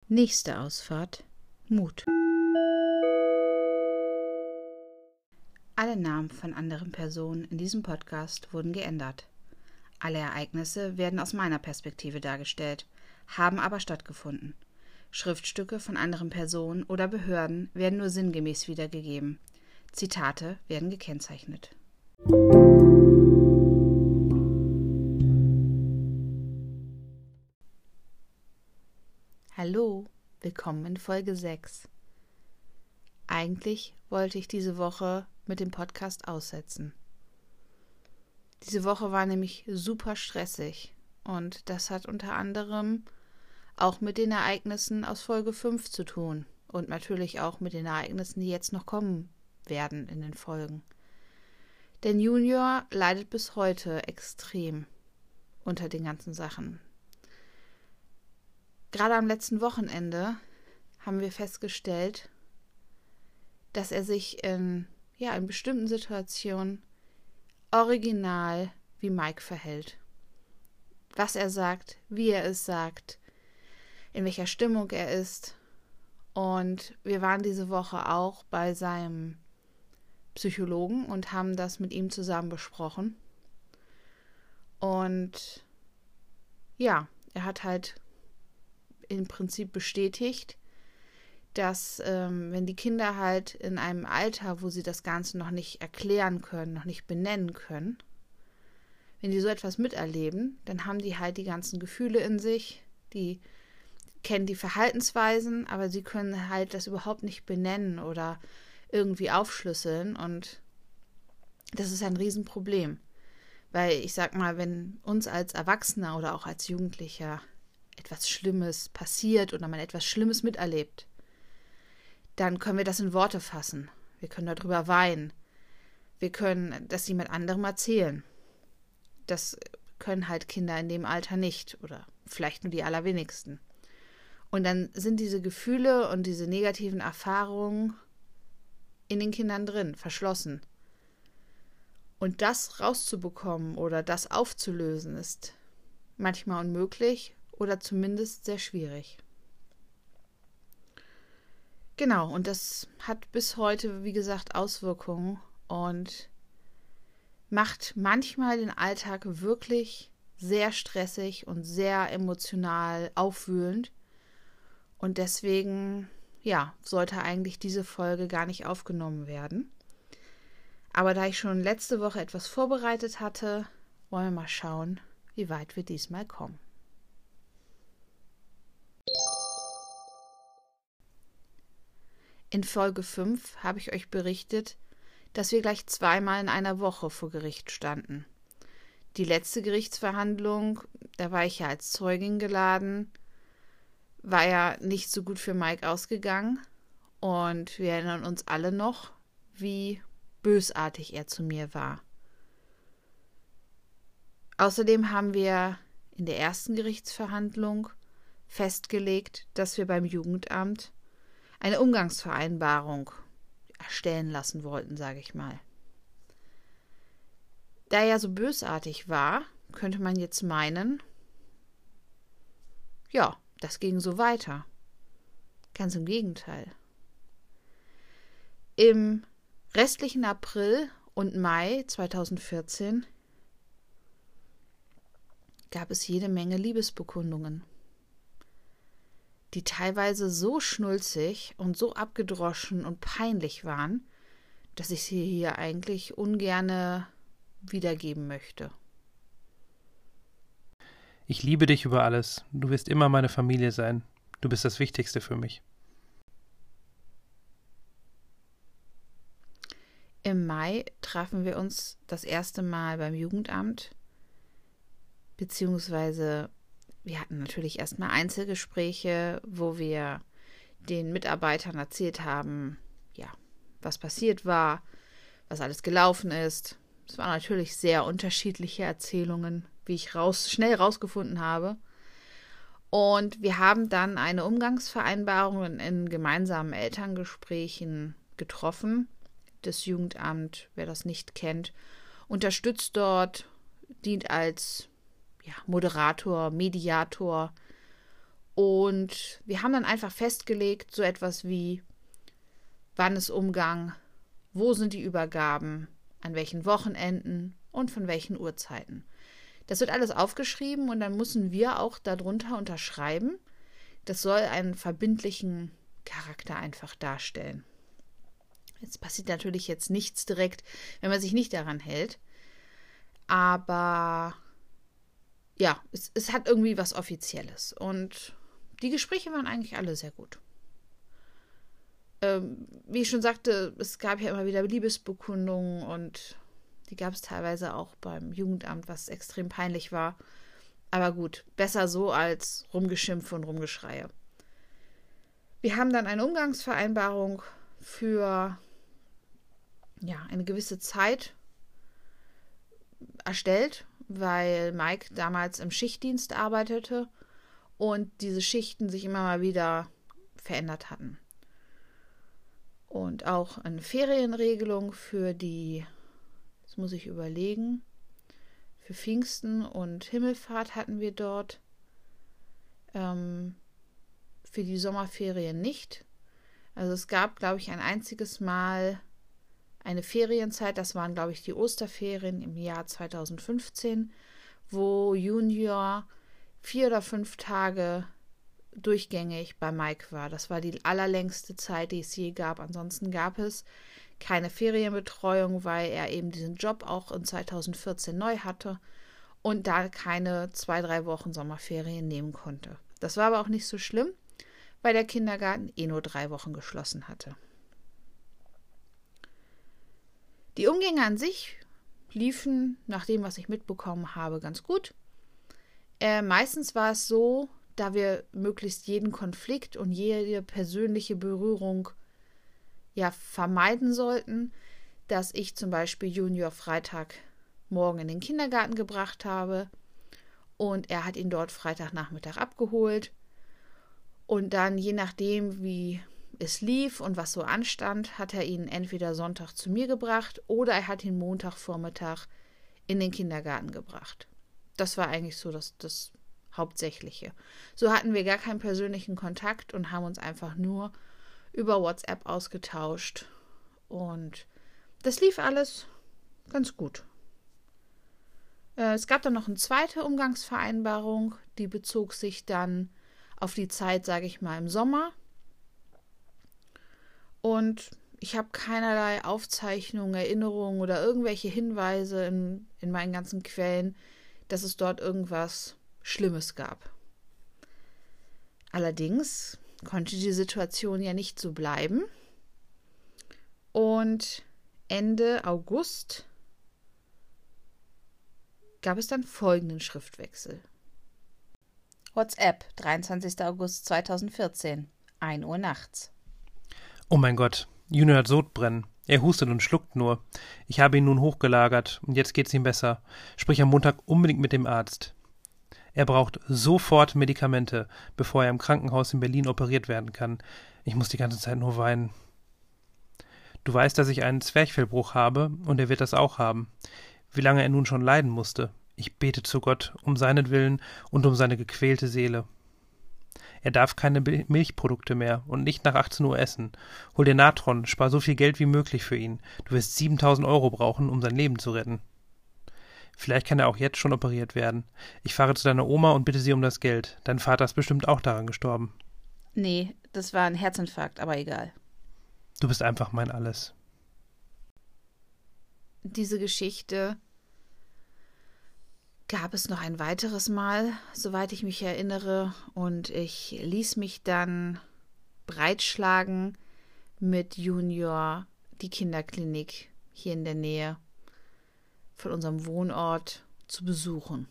Nächste Ausfahrt: Mut. Alle Namen von anderen Personen in diesem Podcast wurden geändert. Alle Ereignisse werden aus meiner Perspektive dargestellt, haben aber stattgefunden. Schriftstücke von anderen Personen oder Behörden werden nur sinngemäß wiedergegeben. Zitate werden gekennzeichnet. Hallo, willkommen in Folge 6. Eigentlich wollte ich diese Woche mit dem Podcast aussetzen. Diese Woche war nämlich super stressig und das hat unter anderem auch mit den Ereignissen aus Folge 5 zu tun und natürlich auch mit den Ereignissen, die jetzt noch kommen werden in den Folgen. Denn Junior leidet bis heute extrem unter den ganzen Sachen. Gerade am letzten Wochenende haben wir festgestellt, dass er sich in bestimmten Situationen original wie Mike verhält. Was er sagt, wie er es sagt, in welcher Stimmung er ist. Und wir waren diese Woche auch bei seinem Psychologen und haben das mit ihm zusammen besprochen. Und ja, er hat halt im Prinzip bestätigt, dass wenn die Kinder halt in einem Alter, wo sie das Ganze noch nicht erklären können, noch nicht benennen können, wenn die so etwas miterleben, dann haben die halt die ganzen Gefühle in sich, die kennen die Verhaltensweisen, aber sie können halt das überhaupt nicht benennen oder irgendwie aufschlüsseln und das ist ein Riesenproblem. Weil ich sag mal, wenn uns als Erwachsener oder auch als Jugendlicher etwas Schlimmes passiert oder man etwas Schlimmes miterlebt, dann können wir das in Worte fassen. Wir können darüber weinen. Wir können das jemand anderem erzählen. Das können halt Kinder in dem Alter nicht oder vielleicht nur die allerwenigsten. Und dann sind diese Gefühle und diese negativen Erfahrungen in den Kindern drin, verschlossen. Und das rauszubekommen oder das aufzulösen ist manchmal unmöglich oder zumindest sehr schwierig. Genau, und das hat bis heute, wie gesagt, Auswirkungen und macht manchmal den Alltag wirklich sehr stressig und sehr emotional aufwühlend. Und deswegen, sollte eigentlich diese Folge gar nicht aufgenommen werden. Aber da ich schon letzte Woche etwas vorbereitet hatte, wollen wir mal schauen, wie weit wir diesmal kommen. In Folge 5 habe ich euch berichtet, dass wir gleich zweimal in einer Woche vor Gericht standen. Die letzte Gerichtsverhandlung, da war ich ja als Zeugin geladen, war ja nicht so gut für Mike ausgegangen und wir erinnern uns alle noch, wie bösartig er zu mir war. Außerdem haben wir in der ersten Gerichtsverhandlung festgelegt, dass wir beim Jugendamt eine Umgangsvereinbarung erstellen lassen wollten, sage ich mal. Da er so bösartig war, könnte man jetzt meinen, das ging so weiter. Ganz im Gegenteil. Im restlichen April und Mai 2014 gab es jede Menge Liebesbekundungen, die teilweise so schnulzig und so abgedroschen und peinlich waren, dass ich sie hier eigentlich ungerne wiedergeben möchte. Ich liebe dich über alles. Du wirst immer meine Familie sein. Du bist das Wichtigste für mich. Im Mai trafen wir uns das erste Mal beim Jugendamt, beziehungsweise wir hatten natürlich erstmal Einzelgespräche, wo wir den Mitarbeitern erzählt haben, was passiert war, was alles gelaufen ist. Es waren natürlich sehr unterschiedliche Erzählungen, wie ich schnell rausgefunden habe. Und wir haben dann eine Umgangsvereinbarung in gemeinsamen Elterngesprächen getroffen. Das Jugendamt, wer das nicht kennt, unterstützt dort, dient als Moderator, Mediator Und wir haben dann einfach festgelegt, so etwas wie, wann ist Umgang, wo sind die Übergaben, an welchen Wochenenden und von welchen Uhrzeiten. Das wird alles aufgeschrieben und dann müssen wir auch darunter unterschreiben. Das soll einen verbindlichen Charakter einfach darstellen. Jetzt passiert natürlich jetzt nichts direkt, wenn man sich nicht daran hält. Aber ja, es hat irgendwie was Offizielles. Und die Gespräche waren eigentlich alle sehr gut. Wie ich schon sagte, es gab ja immer wieder Liebesbekundungen und die gab es teilweise auch beim Jugendamt, was extrem peinlich war. Aber gut, besser so als Rumgeschimpfe und Rumgeschreie. Wir haben dann eine Umgangsvereinbarung für eine gewisse Zeit erstellt, weil Mike damals im Schichtdienst arbeitete und diese Schichten sich immer mal wieder verändert hatten. Und auch eine Ferienregelung für die, das muss ich überlegen, für Pfingsten und Himmelfahrt hatten wir dort. Für die Sommerferien nicht. Also es gab, glaube ich, ein einziges Mal eine Ferienzeit, das waren, glaube ich, die Osterferien im Jahr 2015, wo Junior 4 oder 5 Tage durchgängig bei Mike war. Das war die allerlängste Zeit, die es je gab. Ansonsten gab es keine Ferienbetreuung, weil er eben diesen Job auch in 2014 neu hatte und da keine 2-3 Wochen Sommerferien nehmen konnte. Das war aber auch nicht so schlimm, weil der Kindergarten nur 3 Wochen geschlossen hatte. Die Umgänge an sich liefen, nach dem, was ich mitbekommen habe, ganz gut. Meistens war es so, da wir möglichst jeden Konflikt und jede persönliche Berührung vermeiden sollten, dass ich zum Beispiel Junior Freitagmorgen in den Kindergarten gebracht habe und er hat ihn dort Freitagnachmittag abgeholt und dann, je nachdem, wie es lief und was so anstand, hat er ihn entweder Sonntag zu mir gebracht oder er hat ihn Montagvormittag in den Kindergarten gebracht. Das war eigentlich so das Hauptsächliche. So hatten wir gar keinen persönlichen Kontakt und haben uns einfach nur über WhatsApp ausgetauscht. Und das lief alles ganz gut. Es gab dann noch eine zweite Umgangsvereinbarung, die bezog sich dann auf die Zeit, sage ich mal, im Sommer. Und ich habe keinerlei Aufzeichnungen, Erinnerungen oder irgendwelche Hinweise in meinen ganzen Quellen, dass es dort irgendwas Schlimmes gab. Allerdings konnte die Situation ja nicht so bleiben. Und Ende August gab es dann folgenden Schriftwechsel. WhatsApp, 23. August 2014, 1 Uhr nachts. Oh mein Gott, Junior hat Sodbrennen. Er hustet und schluckt nur. Ich habe ihn nun hochgelagert und jetzt geht's ihm besser. Sprich am Montag unbedingt mit dem Arzt. Er braucht sofort Medikamente, bevor er im Krankenhaus in Berlin operiert werden kann. Ich muss die ganze Zeit nur weinen. Du weißt, dass ich einen Zwerchfellbruch habe und er wird das auch haben. Wie lange er nun schon leiden musste. Ich bete zu Gott um seinetwillen und um seine gequälte Seele. Er darf keine Milchprodukte mehr und nicht nach 18 Uhr essen. Hol dir Natron, spar so viel Geld wie möglich für ihn. Du wirst 7.000 € brauchen, um sein Leben zu retten. Vielleicht kann er auch jetzt schon operiert werden. Ich fahre zu deiner Oma und bitte sie um das Geld. Dein Vater ist bestimmt auch daran gestorben. Nee, das war ein Herzinfarkt, aber egal. Du bist einfach mein Alles. Diese Geschichte gab es noch ein weiteres Mal, soweit ich mich erinnere, und ich ließ mich dann breitschlagen, mit Junior die Kinderklinik hier in der Nähe von unserem Wohnort zu besuchen.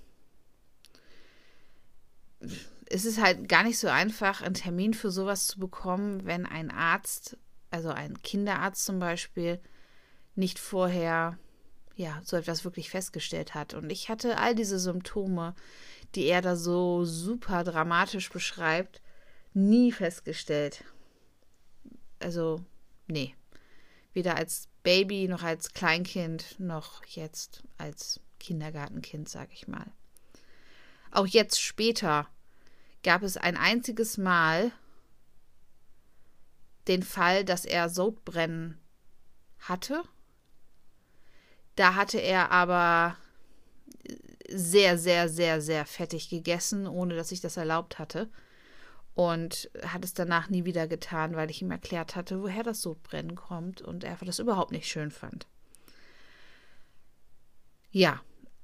Es ist halt gar nicht so einfach, einen Termin für sowas zu bekommen, wenn ein Arzt, also ein Kinderarzt zum Beispiel, nicht vorher so etwas wirklich festgestellt hat. Und ich hatte all diese Symptome, die er da so super dramatisch beschreibt, nie festgestellt. Also, nee. Weder als Baby, noch als Kleinkind, noch jetzt als Kindergartenkind, sag ich mal. Auch jetzt später gab es ein einziges Mal den Fall, dass er Sodbrennen hatte. Da hatte er aber sehr, sehr, sehr, sehr fettig gegessen, ohne dass ich das erlaubt hatte. Und hat es danach nie wieder getan, weil ich ihm erklärt hatte, woher das Sodbrennen kommt und er das überhaupt nicht schön fand. Ja,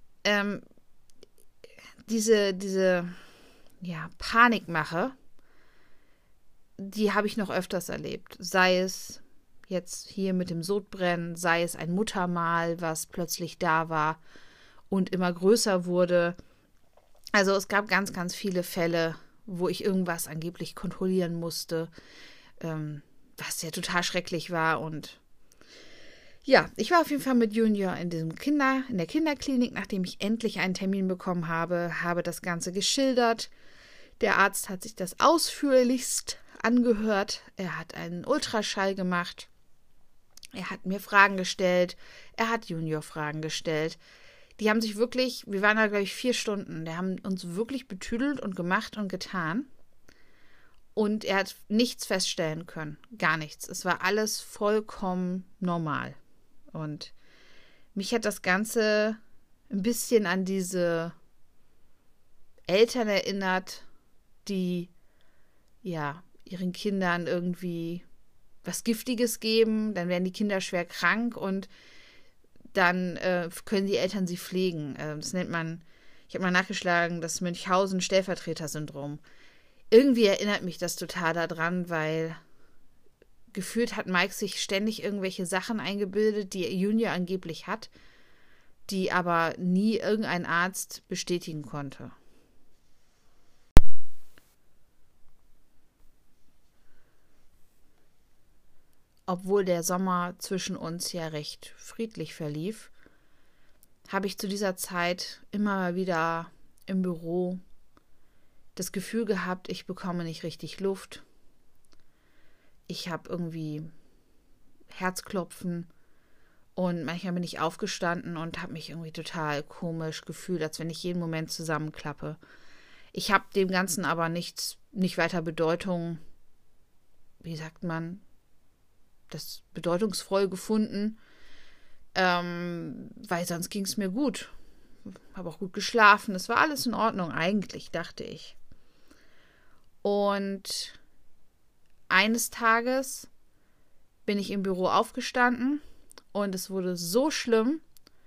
diese Panikmache, die habe ich noch öfters erlebt. Sei es jetzt hier mit dem Sodbrennen, sei es ein Muttermal, was plötzlich da war und immer größer wurde. Also es gab ganz, ganz viele Fälle, wo ich irgendwas angeblich kontrollieren musste, was ja total schrecklich war. Und ja, ich war auf jeden Fall mit Junior in der Kinderklinik, nachdem ich endlich einen Termin bekommen habe das Ganze geschildert. Der Arzt hat sich das ausführlichst angehört. Er hat einen Ultraschall gemacht. Er hat mir Fragen gestellt. Er hat Junior Fragen gestellt. Die haben sich wirklich, wir waren da, glaube ich, 4 Stunden. Die haben uns wirklich betüdelt und gemacht und getan. Und er hat nichts feststellen können. Gar nichts. Es war alles vollkommen normal. Und mich hat das Ganze ein bisschen an diese Eltern erinnert, die ja ihren Kindern irgendwie was Giftiges geben. Dann werden die Kinder schwer krank und dann können die Eltern sie pflegen. Das nennt man, ich habe mal nachgeschlagen, das Münchhausen-Stellvertreter-Syndrom. Irgendwie erinnert mich das total daran, weil gefühlt hat Mike sich ständig irgendwelche Sachen eingebildet, die Junior angeblich hat, die aber nie irgendein Arzt bestätigen konnte. Obwohl der Sommer zwischen uns ja recht friedlich verlief, habe ich zu dieser Zeit immer mal wieder im Büro das Gefühl gehabt, ich bekomme nicht richtig Luft. Ich habe irgendwie Herzklopfen und manchmal bin ich aufgestanden und habe mich irgendwie total komisch gefühlt, als wenn ich jeden Moment zusammenklappe. Ich habe dem Ganzen aber nicht weiter Bedeutung, wie sagt man, das bedeutungsvoll gefunden, weil sonst ging es mir gut. Habe auch gut geschlafen. Es war alles in Ordnung eigentlich, dachte ich. Und eines Tages bin ich im Büro aufgestanden und es wurde so schlimm,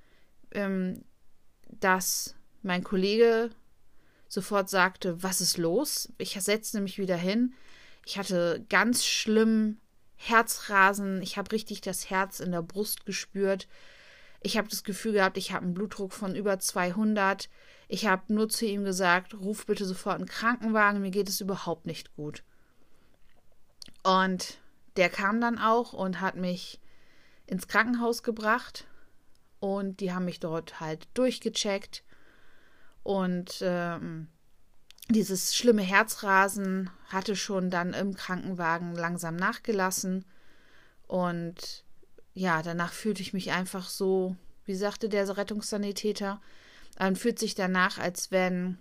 dass mein Kollege sofort sagte, was ist los? Ich setzte mich wieder hin. Ich hatte ganz schlimm Herzrasen. Ich habe richtig das Herz in der Brust gespürt. Ich habe das Gefühl gehabt, ich habe einen Blutdruck von über 200. Ich habe nur zu ihm gesagt, ruf bitte sofort einen Krankenwagen, mir geht es überhaupt nicht gut. Und der kam dann auch und hat mich ins Krankenhaus gebracht und die haben mich dort halt durchgecheckt und dieses schlimme Herzrasen hatte schon dann im Krankenwagen langsam nachgelassen und ja, danach fühlte ich mich einfach so, wie sagte der Rettungssanitäter, man fühlt sich danach, als wenn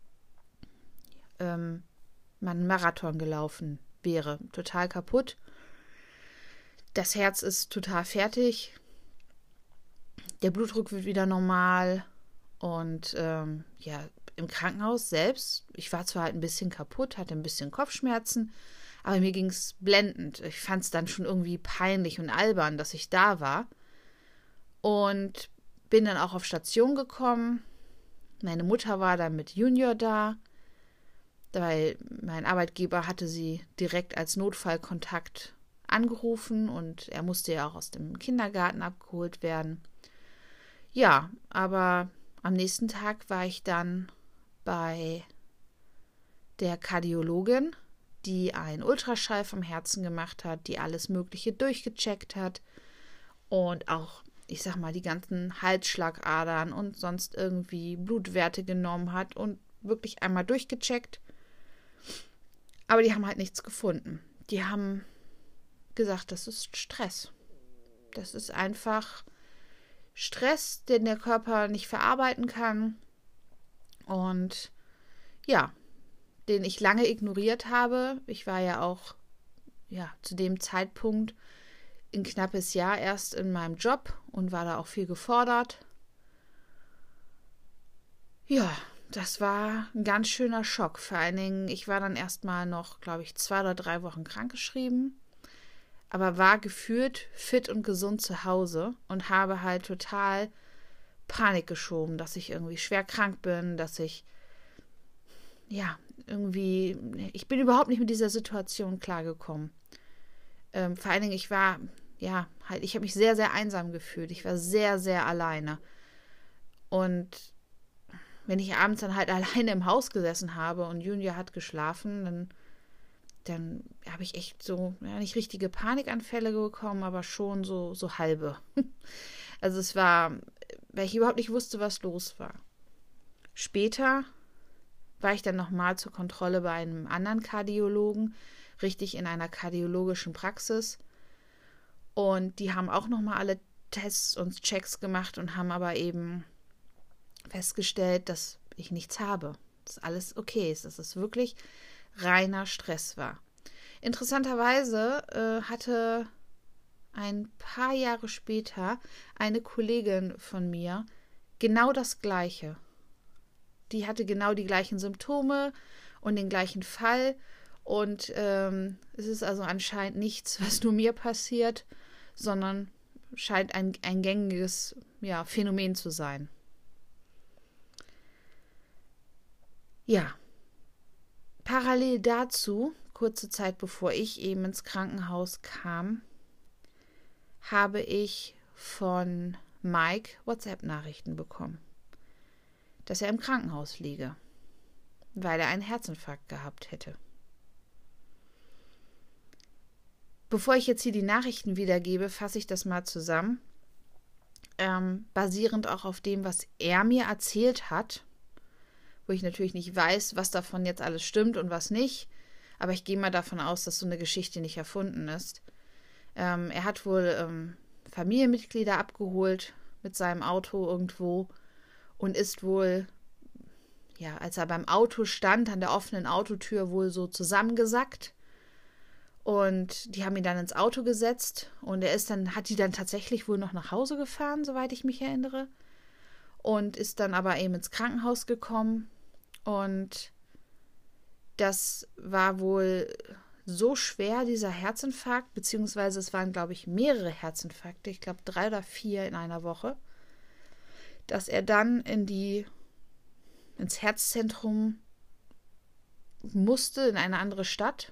man einen Marathon gelaufen wäre. Total kaputt. Das Herz ist total fertig. Der Blutdruck wird wieder normal. Und ja, im Krankenhaus selbst, ich war zwar halt ein bisschen kaputt, hatte ein bisschen Kopfschmerzen, aber mir ging es blendend. Ich fand es dann schon irgendwie peinlich und albern, dass ich da war. Und bin dann auch auf Station gekommen. Meine Mutter war dann mit Junior da, weil mein Arbeitgeber hatte sie direkt als Notfallkontakt angerufen und er musste ja auch aus dem Kindergarten abgeholt werden. Ja, aber am nächsten Tag war ich dann bei der Kardiologin, die einen Ultraschall vom Herzen gemacht hat, die alles Mögliche durchgecheckt hat und auch, ich sag mal, die ganzen Halsschlagadern und sonst irgendwie Blutwerte genommen hat und wirklich einmal durchgecheckt. Aber die haben halt nichts gefunden. Die haben gesagt, das ist Stress. Das ist einfach Stress, den der Körper nicht verarbeiten kann. Und ja, den ich lange ignoriert habe. Ich war ja auch zu dem Zeitpunkt ein knappes Jahr erst in meinem Job und war da auch viel gefordert. Ja, das war ein ganz schöner Schock. Vor allen Dingen, ich war dann erstmal noch, glaube ich, 2 oder 3 Wochen krankgeschrieben, aber war gefühlt fit und gesund zu Hause und habe halt total Panik geschoben, dass ich irgendwie schwer krank bin, dass ich ich bin überhaupt nicht mit dieser Situation klargekommen. Vor allen Dingen, ich war, ich habe mich sehr, sehr einsam gefühlt. Ich war sehr, sehr alleine. Und wenn ich abends dann halt alleine im Haus gesessen habe und Junior hat geschlafen, dann habe ich echt so, nicht richtige Panikanfälle bekommen, aber schon so halbe. Also es war, weil ich überhaupt nicht wusste, was los war. Später war ich dann nochmal zur Kontrolle bei einem anderen Kardiologen, richtig in einer kardiologischen Praxis. Und die haben auch nochmal alle Tests und Checks gemacht und haben aber eben festgestellt, dass ich nichts habe. Dass alles okay ist, dass es wirklich reiner Stress war. Interessanterweise hatte ein paar Jahre später eine Kollegin von mir genau das Gleiche. Die hatte genau die gleichen Symptome und den gleichen Fall. Und es ist also anscheinend nichts, was nur mir passiert, sondern scheint ein gängiges Phänomen zu sein. Ja, parallel dazu, kurze Zeit bevor ich eben ins Krankenhaus kam, habe ich von Mike WhatsApp-Nachrichten bekommen, dass er im Krankenhaus liege, weil er einen Herzinfarkt gehabt hätte. Bevor ich jetzt hier die Nachrichten wiedergebe, fasse ich das mal zusammen, basierend auch auf dem, was er mir erzählt hat, wo ich natürlich nicht weiß, was davon jetzt alles stimmt und was nicht, aber ich gehe mal davon aus, dass so eine Geschichte nicht erfunden ist. Er hat wohl Familienmitglieder abgeholt mit seinem Auto irgendwo und ist wohl, als er beim Auto stand, an der offenen Autotür wohl so zusammengesackt. Und die haben ihn dann ins Auto gesetzt und hat die dann tatsächlich wohl noch nach Hause gefahren, soweit ich mich erinnere. Und ist dann aber eben ins Krankenhaus gekommen. Und das war wohl so schwer, dieser Herzinfarkt, beziehungsweise es waren, glaube ich, mehrere Herzinfarkte, ich glaube 3 oder 4 in einer Woche, dass er dann ins Herzzentrum musste, in eine andere Stadt.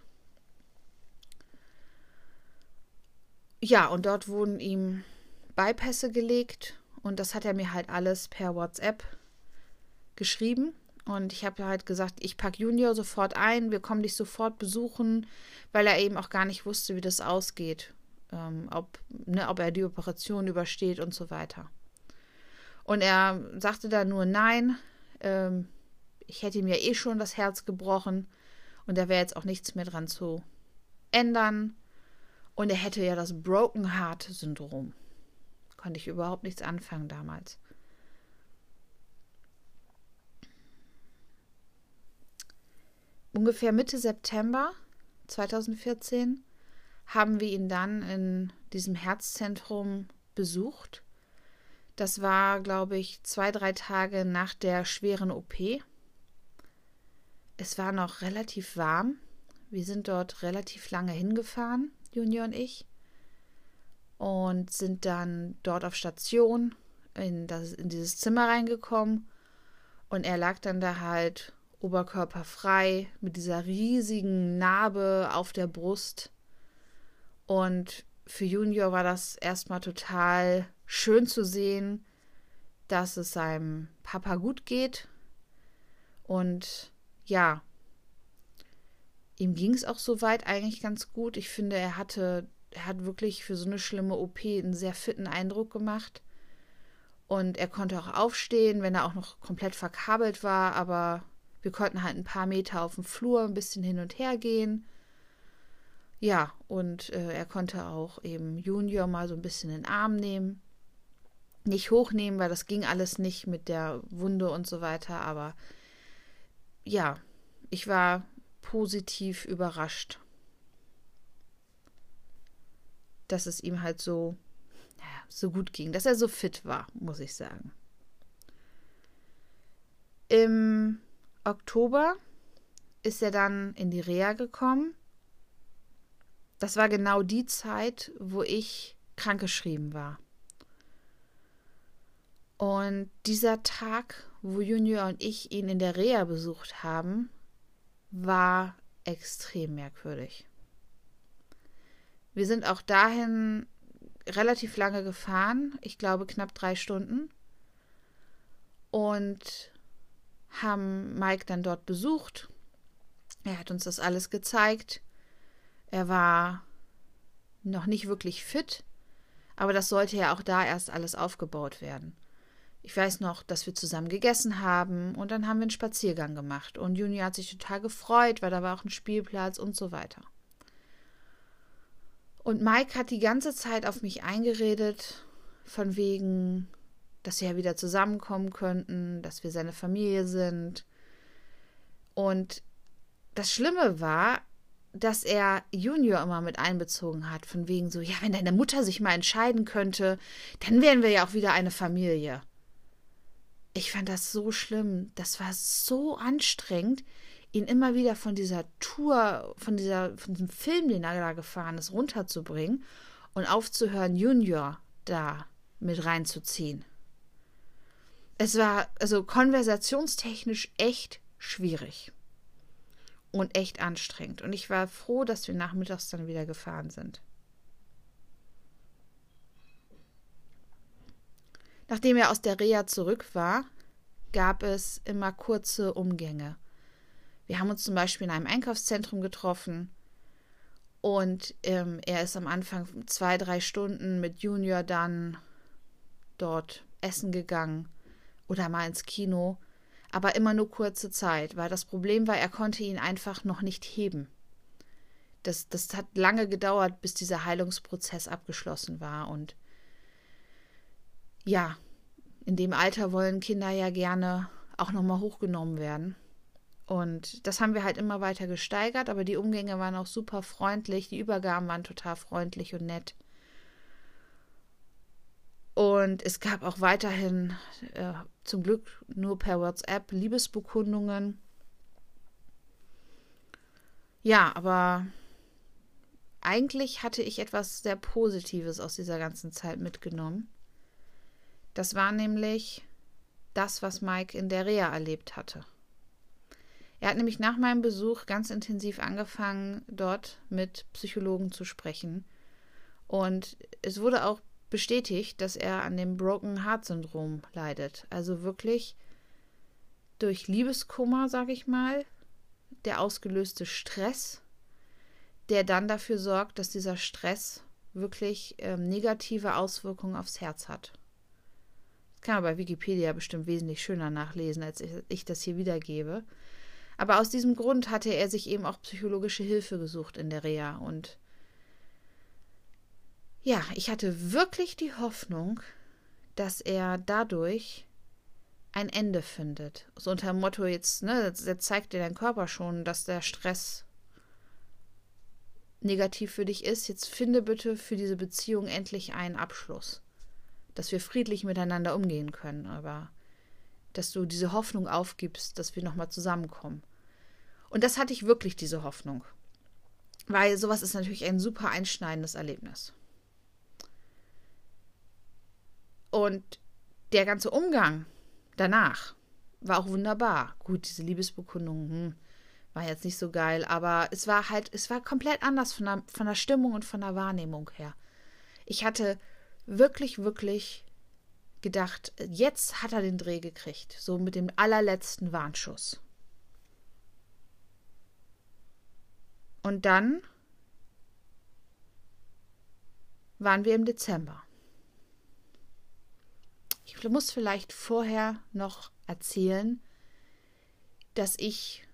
Ja, und dort wurden ihm Bypässe gelegt und das hat er mir halt alles per WhatsApp geschrieben. Und ich habe halt gesagt, ich packe Junior sofort ein, wir kommen dich sofort besuchen, weil er eben auch gar nicht wusste, wie das ausgeht, ob er die Operation übersteht und so weiter. Und er sagte dann nur, nein, ich hätte ihm ja eh schon das Herz gebrochen und da wäre jetzt auch nichts mehr dran zu ändern. Und er hätte ja das Broken Heart Syndrom. Konnte ich überhaupt nichts anfangen damals. Ungefähr Mitte September 2014 haben wir ihn dann in diesem Herzzentrum besucht. Das war, glaube ich, 2, 3 Tage nach der schweren OP. Es war noch relativ warm. Wir sind dort relativ lange hingefahren, Junior und ich, und sind dann dort auf Station in dieses Zimmer reingekommen. Und er lag dann da halt oberkörperfrei mit dieser riesigen Narbe auf der Brust. Und für Junior war das erstmal total schön zu sehen, dass es seinem Papa gut geht. Und ja, ihm ging es auch soweit eigentlich ganz gut. Ich finde, er hat wirklich für so eine schlimme OP einen sehr fitten Eindruck gemacht. Und er konnte auch aufstehen, wenn er auch noch komplett verkabelt war, aber wir konnten halt ein paar Meter auf dem Flur ein bisschen hin und her gehen. Ja, und er konnte auch eben Junior mal so ein bisschen in den Arm nehmen. Nicht hochnehmen, weil das ging alles nicht mit der Wunde und so weiter. Aber ja, ich war positiv überrascht, dass es ihm halt so gut ging, dass er so fit war, muss ich sagen. Im Oktober ist er dann in die Reha gekommen. Das war genau die Zeit, wo ich krankgeschrieben war. Und dieser Tag, wo Junior und ich ihn in der Reha besucht haben, war extrem merkwürdig. Wir sind auch dahin relativ lange gefahren, ich glaube knapp 3 Stunden, und haben Mike dann dort besucht. Er hat uns das alles gezeigt. Er war noch nicht wirklich fit, aber das sollte ja auch da erst alles aufgebaut werden. Ich weiß noch, dass wir zusammen gegessen haben und dann haben wir einen Spaziergang gemacht und Junior hat sich total gefreut, weil da war auch ein Spielplatz und so weiter. Und Mike hat die ganze Zeit auf mich eingeredet, von wegen, dass wir ja wieder zusammenkommen könnten, dass wir seine Familie sind. Und das Schlimme war, dass er Junior immer mit einbezogen hat, von wegen so, ja, wenn deine Mutter sich mal entscheiden könnte, dann wären wir ja auch wieder eine Familie. Ich fand das so schlimm. Das war so anstrengend, ihn immer wieder von dieser Tour, von diesem Film, den er da gefahren ist, runterzubringen und aufzuhören, Junior da mit reinzuziehen. Es war also konversationstechnisch echt schwierig und echt anstrengend. Und ich war froh, dass wir nachmittags dann wieder gefahren sind. Nachdem er aus der Reha zurück war, gab es immer kurze Umgänge. Wir haben uns zum Beispiel in einem Einkaufszentrum getroffen und er ist am Anfang 2-3 Stunden mit Junior dann dort essen gegangen oder mal ins Kino, aber immer nur kurze Zeit, weil das Problem war, er konnte ihn einfach noch nicht heben. Das hat lange gedauert, bis dieser Heilungsprozess abgeschlossen war und ja, in dem Alter wollen Kinder ja gerne auch nochmal hochgenommen werden. Und das haben wir halt immer weiter gesteigert, aber die Umgänge waren auch super freundlich, die Übergaben waren total freundlich und nett. Und es gab auch weiterhin zum Glück nur per WhatsApp Liebesbekundungen. Ja, aber eigentlich hatte ich etwas sehr Positives aus dieser ganzen Zeit mitgenommen. Das war nämlich das, was Mike in der Reha erlebt hatte. Er hat nämlich nach meinem Besuch ganz intensiv angefangen, dort mit Psychologen zu sprechen. Und es wurde auch bestätigt, dass er an dem Broken Heart Syndrom leidet. Also wirklich durch Liebeskummer, sage ich mal, der ausgelöste Stress, der dann dafür sorgt, dass dieser Stress wirklich negative Auswirkungen aufs Herz hat. Das kann man bei Wikipedia bestimmt wesentlich schöner nachlesen, als ich das hier wiedergebe. Aber aus diesem Grund hatte er sich eben auch psychologische Hilfe gesucht in der Reha. Und ja, ich hatte wirklich die Hoffnung, dass er dadurch ein Ende findet. So unter dem Motto jetzt, jetzt zeigt dir dein Körper schon, dass der Stress negativ für dich ist. Jetzt finde bitte für diese Beziehung endlich einen Abschluss. Dass wir friedlich miteinander umgehen können, aber dass du diese Hoffnung aufgibst, dass wir nochmal zusammenkommen. Und das hatte ich wirklich, diese Hoffnung. Weil sowas ist natürlich ein super einschneidendes Erlebnis. Und der ganze Umgang danach war auch wunderbar. Gut, diese Liebesbekundung war jetzt nicht so geil, aber es war komplett anders von der Stimmung und von der Wahrnehmung her. Ich hatte wirklich, wirklich gedacht, jetzt hat er den Dreh gekriegt. So mit dem allerletzten Warnschuss. Und dann waren wir im Dezember. Ich muss vielleicht vorher noch erzählen, dass ich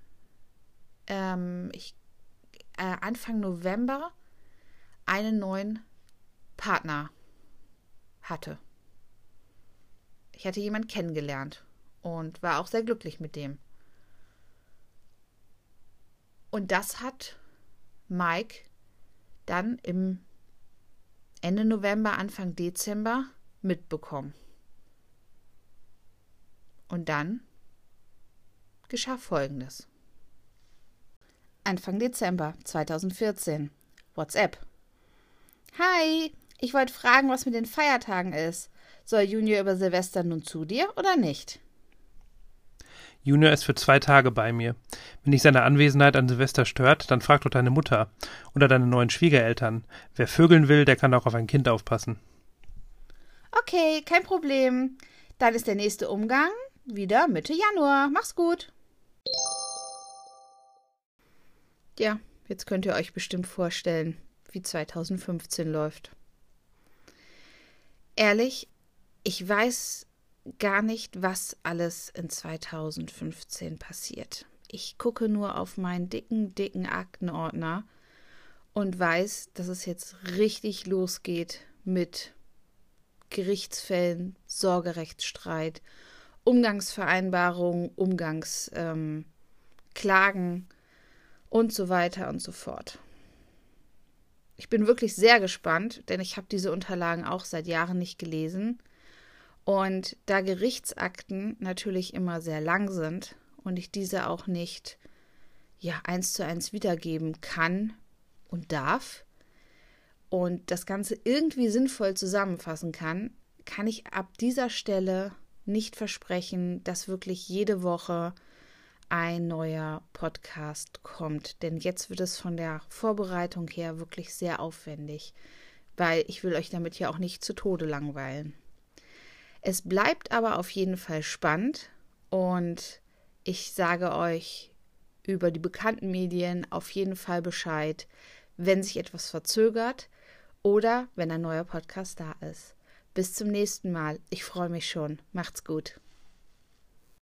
Anfang November einen neuen Partner hatte. Ich hatte jemanden kennengelernt und war auch sehr glücklich mit dem. Und das hat Mike dann im Ende November, Anfang Dezember mitbekommen. Und dann geschah Folgendes. Anfang Dezember 2014. WhatsApp. Hi, ich wollte fragen, was mit den Feiertagen ist. Soll Junior über Silvester nun zu dir oder nicht? Junior ist für 2 Tage bei mir. Wenn dich seine Anwesenheit an Silvester stört, dann frag doch deine Mutter oder deine neuen Schwiegereltern. Wer vögeln will, der kann auch auf ein Kind aufpassen. Okay, kein Problem. Dann ist der nächste Umgang wieder Mitte Januar. Mach's gut. Ja, jetzt könnt ihr euch bestimmt vorstellen, wie 2015 läuft. Ehrlich, ich weiß gar nicht, was alles in 2015 passiert. Ich gucke nur auf meinen dicken Aktenordner und weiß, dass es jetzt richtig losgeht mit Gerichtsfällen, Sorgerechtsstreit, Umgangsvereinbarungen, Umgangsklagen und so weiter und so fort. Ich bin wirklich sehr gespannt, denn ich habe diese Unterlagen auch seit Jahren nicht gelesen. Und da Gerichtsakten natürlich immer sehr lang sind und ich diese auch nicht 1:1 wiedergeben kann und darf und das Ganze irgendwie sinnvoll zusammenfassen kann, kann ich ab dieser Stelle nicht versprechen, dass wirklich jede Woche ein neuer Podcast kommt. Denn jetzt wird es von der Vorbereitung her wirklich sehr aufwendig, weil ich will euch damit ja auch nicht zu Tode langweilen. Es bleibt aber auf jeden Fall spannend und ich sage euch über die bekannten Medien auf jeden Fall Bescheid, wenn sich etwas verzögert oder wenn ein neuer Podcast da ist. Bis zum nächsten Mal. Ich freue mich schon. Macht's gut.